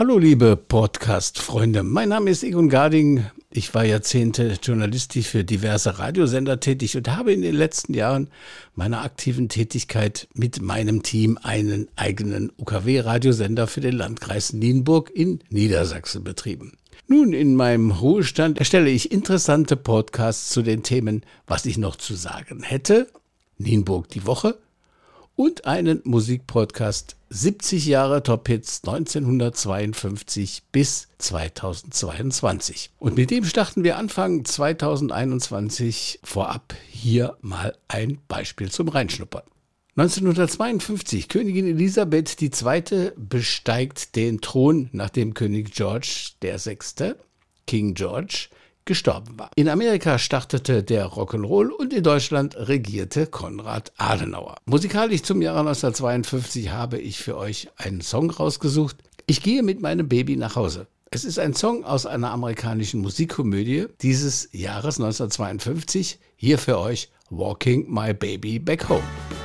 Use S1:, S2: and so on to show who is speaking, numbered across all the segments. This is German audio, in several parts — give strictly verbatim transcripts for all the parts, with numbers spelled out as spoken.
S1: Hallo liebe Podcast-Freunde, mein Name ist Egon Garding. Ich war Jahrzehnte journalistisch für diverse Radiosender tätig und habe in den letzten Jahren meiner aktiven Tätigkeit mit meinem Team einen eigenen U K W-Radiosender für den Landkreis Nienburg in Niedersachsen betrieben. Nun, in meinem Ruhestand erstelle ich interessante Podcasts zu den Themen, was ich noch zu sagen hätte, Nienburg die Woche und einen Musikpodcast siebzig Jahre Top-Hits neunzehnhundertzweiundfünfzig bis zweitausendzweiundzwanzig. Und mit dem starten wir Anfang zweitausendeinundzwanzig. Vorab hier mal ein Beispiel zum Reinschnuppern. neunzehnhundertzweiundfünfzig, Königin Elisabeth die Zweite besteigt den Thron, nachdem König George der Sechste, King George, gestorben war. In Amerika startete der Rock'n'Roll und in Deutschland regierte Konrad Adenauer. Musikalisch zum Jahre neunzehnhundertzweiundfünfzig habe ich für euch einen Song rausgesucht. Ich gehe mit meinem Baby nach Hause. Es ist ein Song aus einer amerikanischen Musikkomödie dieses Jahres neunzehnhundertzweiundfünfzig. Hier für euch Walking My Baby Back Home.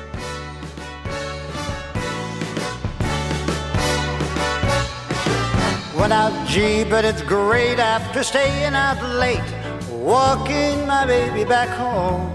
S2: Went out, gee, but it's great after staying out late, walking my baby back home.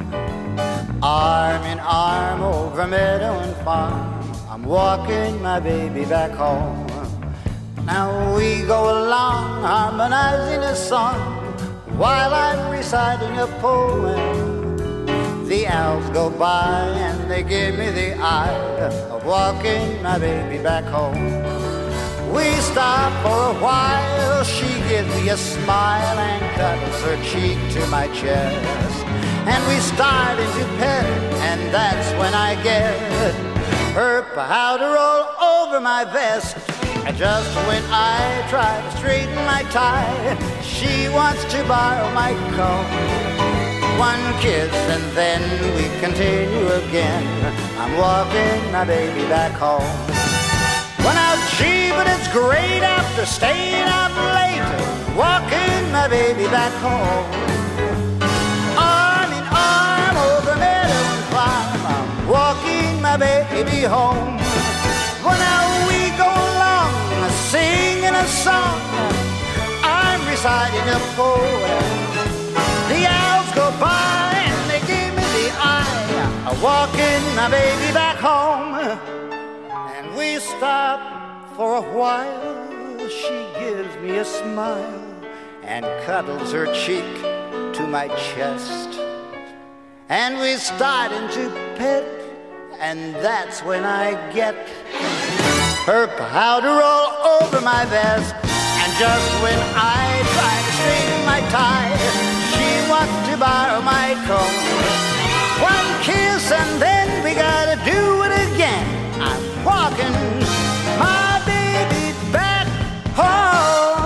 S2: Arm in arm over meadow and farm, I'm walking my baby back home. Now we go along harmonizing a song while I'm reciting a poem. The owls go by and they give me the eye of walking my baby back home. We stop for a while, she gives me a smile and cuddles her cheek to my chest. And we start into pet, and that's when I get her powder all over my vest. And just when I try to straighten my tie, she wants to borrow my comb. One kiss and then we continue again, I'm walking my baby back home. Went out, gee, but it's great after staying out late, walking my baby back home. Arm in arm over meadow and farm, I'm walking my baby home. Well, now we go along singing a song, I'm reciting a poem. The owls go by and they give me the eye, I'm walking my baby back home. We stop for a while, she gives me a smile and cuddles her cheek to my chest. And we start into pet, and that's when I get her powder all over my vest. And just when I try to straighten my tie, she wants to borrow my comb. One kiss and then we gotta do it again, I'm walking my baby back home.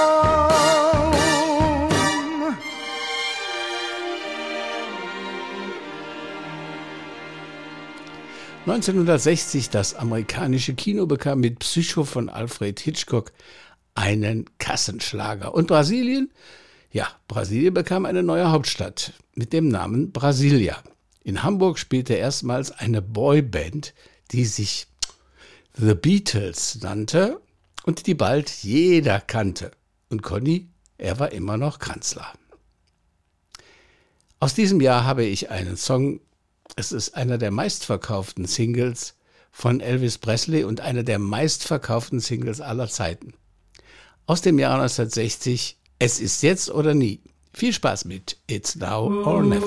S1: neunzehnhundertsechzig, das amerikanische Kino bekam mit Psycho von Alfred Hitchcock einen Kassenschlager. Und Brasilien? Ja, Brasilien bekam eine neue Hauptstadt mit dem Namen Brasilia. In Hamburg spielte erstmals eine Boyband, die sich The Beatles nannte und die bald jeder kannte. Und Conny, er war immer noch Kanzler. Aus diesem Jahr habe ich einen Song, es ist einer der meistverkauften Singles von Elvis Presley und einer der meistverkauften Singles aller Zeiten. Aus dem Jahr neunzehnhundertsechzig, Es ist jetzt oder nie. Viel Spaß mit It's Now or Never.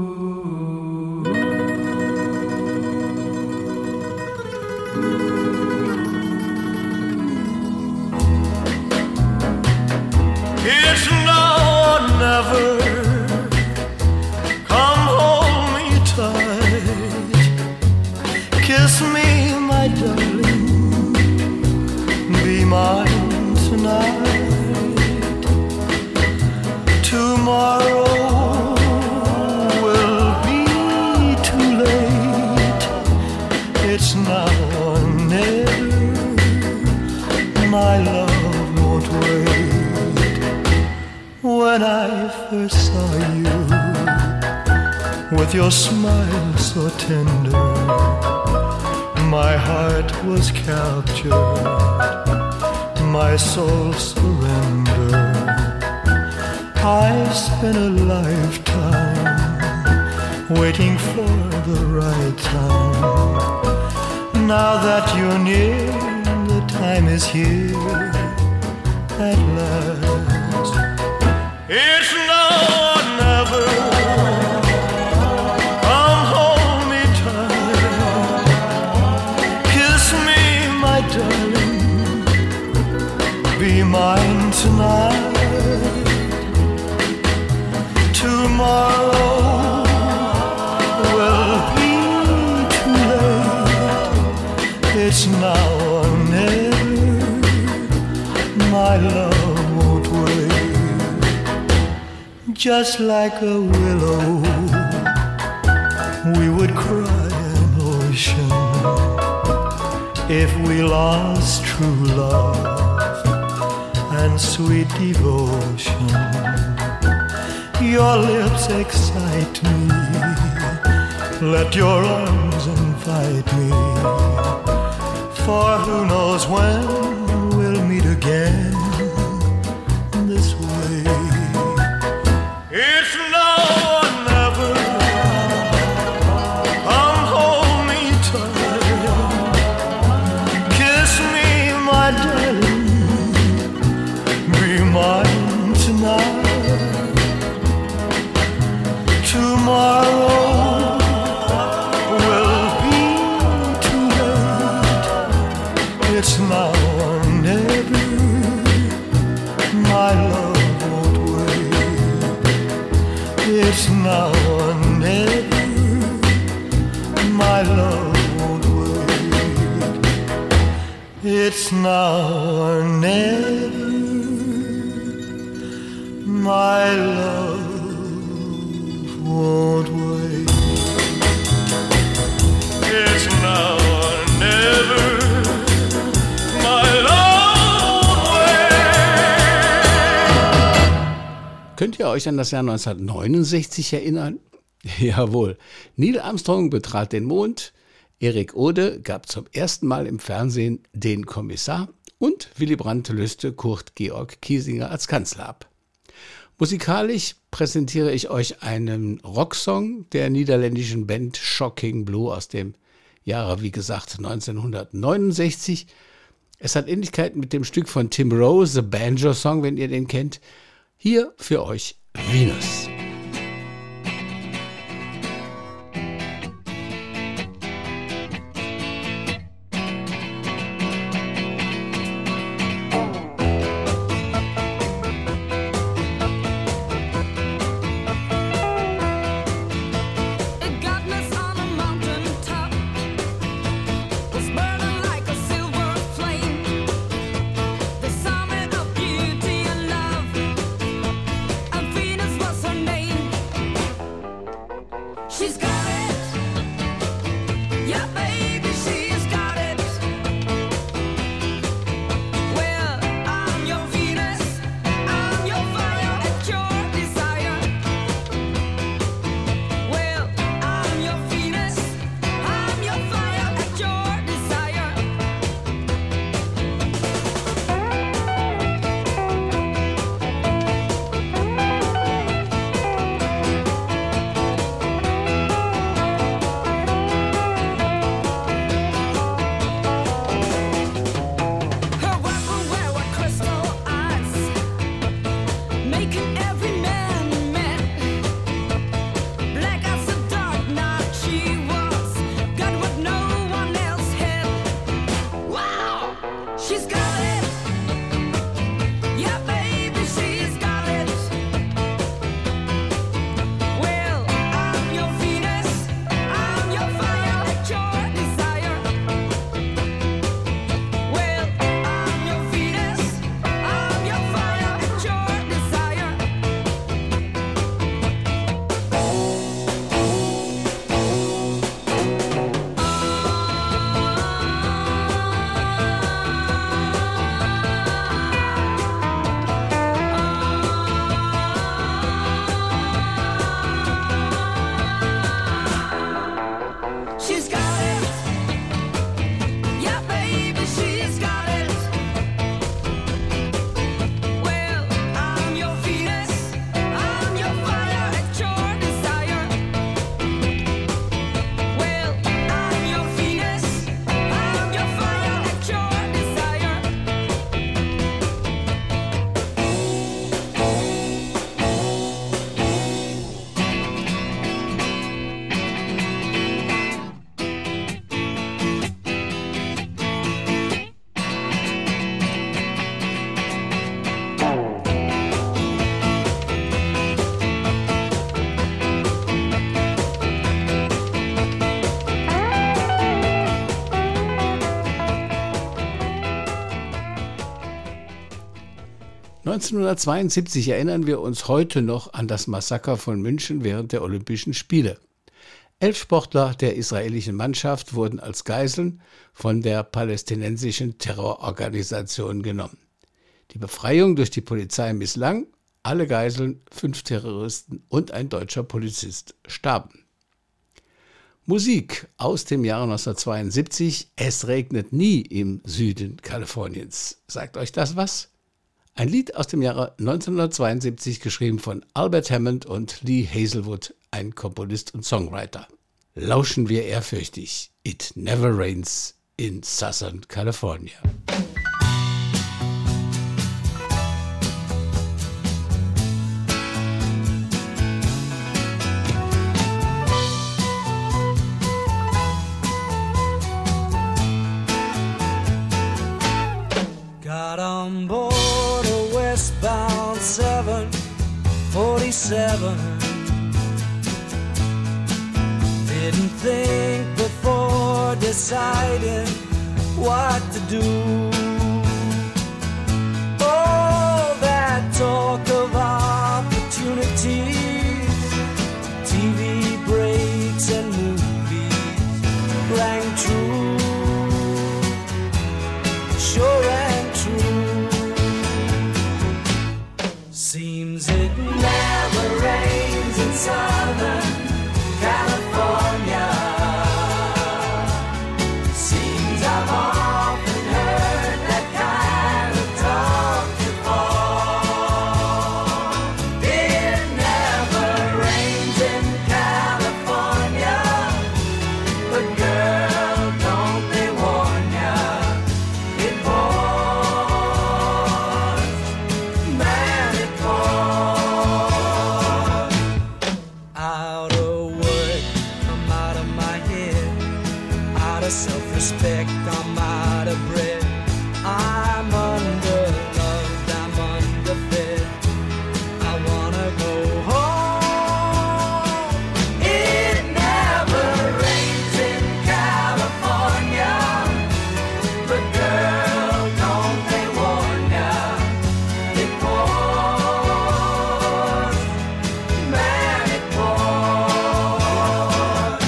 S3: It's now or never. Come hold me tight. Kiss me, my darling. Be mine tonight. Tomorrow will be too late. It's now or never. My love won't wait. When I first saw you, with your smile so tender, my heart was captured. my soul surrender. I spent a lifetime waiting for the right time. Now that you're near, the time is here at last. It's now or never. Come hold me tight. Kiss me, my darling. Be mine tonight. Tomorrow will be too late. It's now or never. My love won't wait. Just like a willow, we would cry an ocean if we lost true love and sweet devotion. Your lips excite me. Let your arms invite me. For who knows when we'll meet again this way. It's now or never. Come hold me tight. Kiss me, my darling. Be mine tonight. Tomorrow will be too late. It's now or never. My love won't wait. It's now or never. My love won't wait. It's now or never. My love won't wait. It's now or never. My love won't wait.
S1: Könnt ihr euch an das Jahr neunzehnhundertneunundsechzig erinnern? Jawohl. Neil Armstrong betrat den Mond, Erik Ode gab zum ersten Mal im Fernsehen den Kommissar und Willy Brandt löste Kurt Georg Kiesinger als Kanzler ab. Musikalisch präsentiere ich euch einen Rocksong der niederländischen Band Shocking Blue aus dem Jahre, wie gesagt, neunzehnhundertneunundsechzig. Es hat Ähnlichkeiten mit dem Stück von Tim Rose, The Banjo Song, wenn ihr den kennt. Hier für euch Venus.
S4: Her name
S1: neunzehnhundertzweiundsiebzig erinnern wir uns heute noch an das Massaker von München während der Olympischen Spiele. Elf Sportler der israelischen Mannschaft wurden als Geiseln von der palästinensischen Terrororganisation genommen. Die Befreiung durch die Polizei misslang, alle Geiseln, fünf Terroristen und ein deutscher Polizist starben. Musik aus dem Jahre neunzehnhundertzweiundsiebzig, Es regnet nie im Süden Kaliforniens. Sagt euch das was? Ein Lied aus dem Jahre neunzehnhundertzweiundsiebzig, geschrieben von Albert Hammond und Lee Hazelwood, ein Komponist und Songwriter. Lauschen wir ehrfürchtig. It never rains in Southern California.
S4: Got on board a westbound seven forty-seven. Didn't think before deciding what to do. Oh, that talk of opportunities, T V breaks and movies rang true, sure and true. Seems it never rains in Southern California. Seems I've often heard that kind of talk before. It never rains in California, but girl, don't they warn ya, it pours, man, it pours. Out of work, I'm out of my head. Out of self-respect, I'm out of breath. I'm underloved, I'm underfed. I wanna go home. It never rains in California, but girl, don't they warn ya, it pours, man, it pours.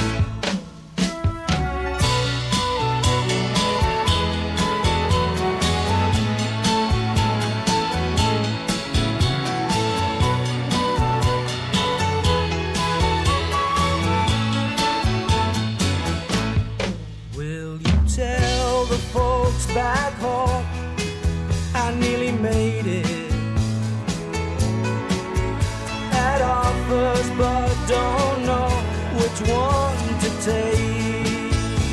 S4: Will you tell the folks back home I nearly made it? Had offers but don't know which one to take.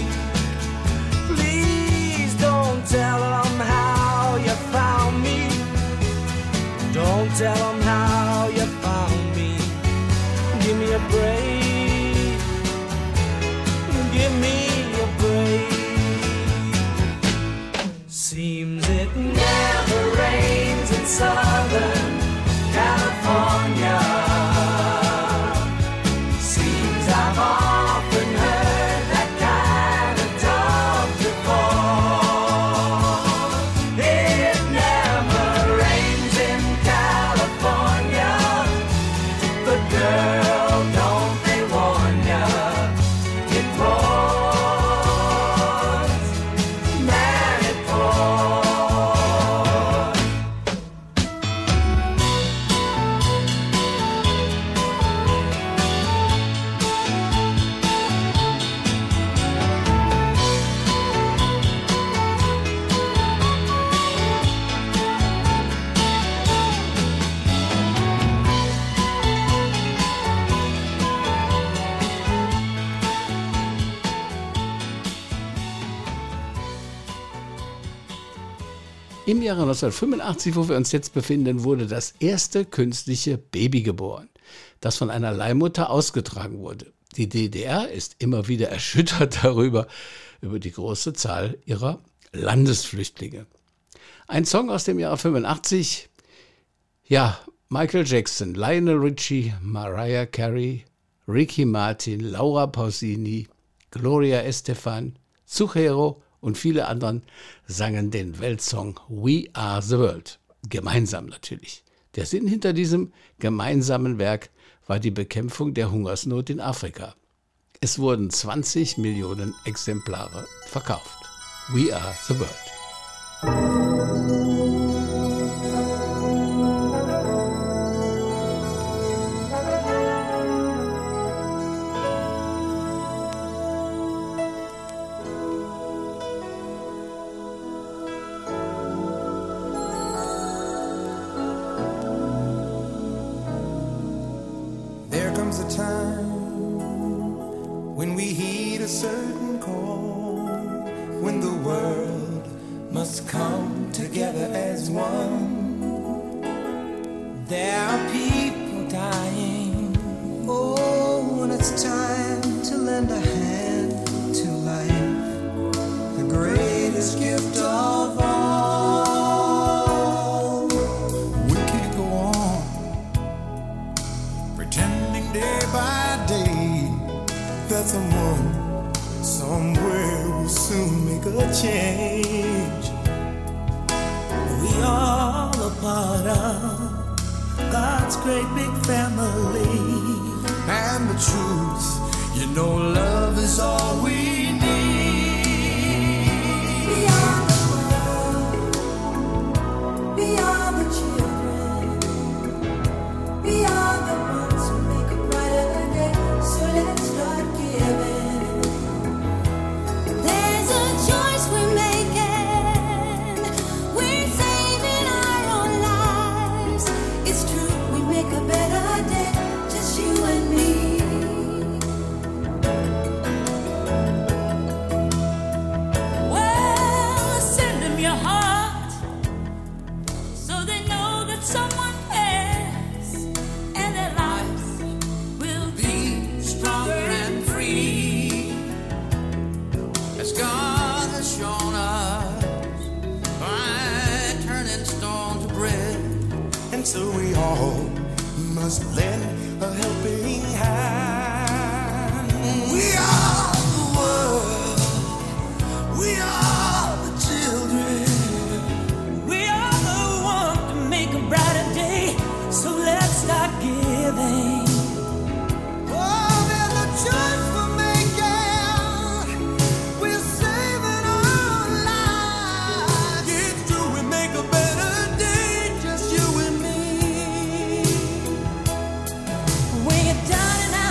S4: Please don't tell them how you found me. Don't tell them how you found me. Give me a break. Give me a break. Seems it never rains in Southern California. Seems I've often heard that kind of talk before. It never rains in California, but girl, don't they warn ya, it pours, man, it pours.
S1: Im Jahre neunzehnhundertfünfundachtzig, wo wir uns jetzt befinden, wurde das erste künstliche Baby geboren, das von einer Leihmutter ausgetragen wurde. Die D D R ist immer wieder erschüttert darüber, über die große Zahl ihrer Landesflüchtlinge. Ein Song aus dem Jahre fünfundachtzig, ja, Michael Jackson, Lionel Richie, Mariah Carey, Ricky Martin, Laura Pausini, Gloria Estefan, Zucchero und viele anderen sangen den Weltsong We Are the World. Gemeinsam natürlich. Der Sinn hinter diesem gemeinsamen Werk war die Bekämpfung der Hungersnot in Afrika. Es wurden zwanzig Millionen Exemplare verkauft. We are the world.
S5: There comes a time when we heed a certain call, when the world must come together as one. There are people dying. Oh, when it's time to lend a hand to life, the greatest gift of all. We can't go on pretending day by day that someone somewhere will soon make a change. We all a part of God's great big family. And the truth, you know, love is all we need. We are the world. We are the children. We are the ones who make a brighter day. So let's start giving.
S6: There's a choice we're making. We're saving our own lives. It's true, we make a better day, just you and me. Well, send them your heart so they know that someone cares, and their lives will be
S5: Stronger and free, as God has shown us by turning stone to bread. And so we all must lend a helping hand. We are the world. We are the children.
S4: We are the one to make a brighter day, so let's start giving.
S5: Oh, there's a choice we're making. We're saving our lives. It's true, we make a better day, just you and me.
S4: When you're down and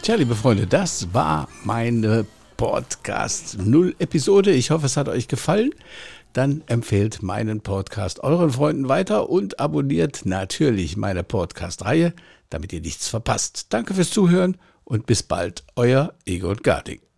S1: Tja, liebe Freunde, das war meine Podcast null Episode. Ich hoffe, es hat euch gefallen. Dann empfehlt meinen Podcast euren Freunden weiter und abonniert natürlich meine Podcast-Reihe, damit ihr nichts verpasst. Danke fürs Zuhören und bis bald, euer Egon Garding.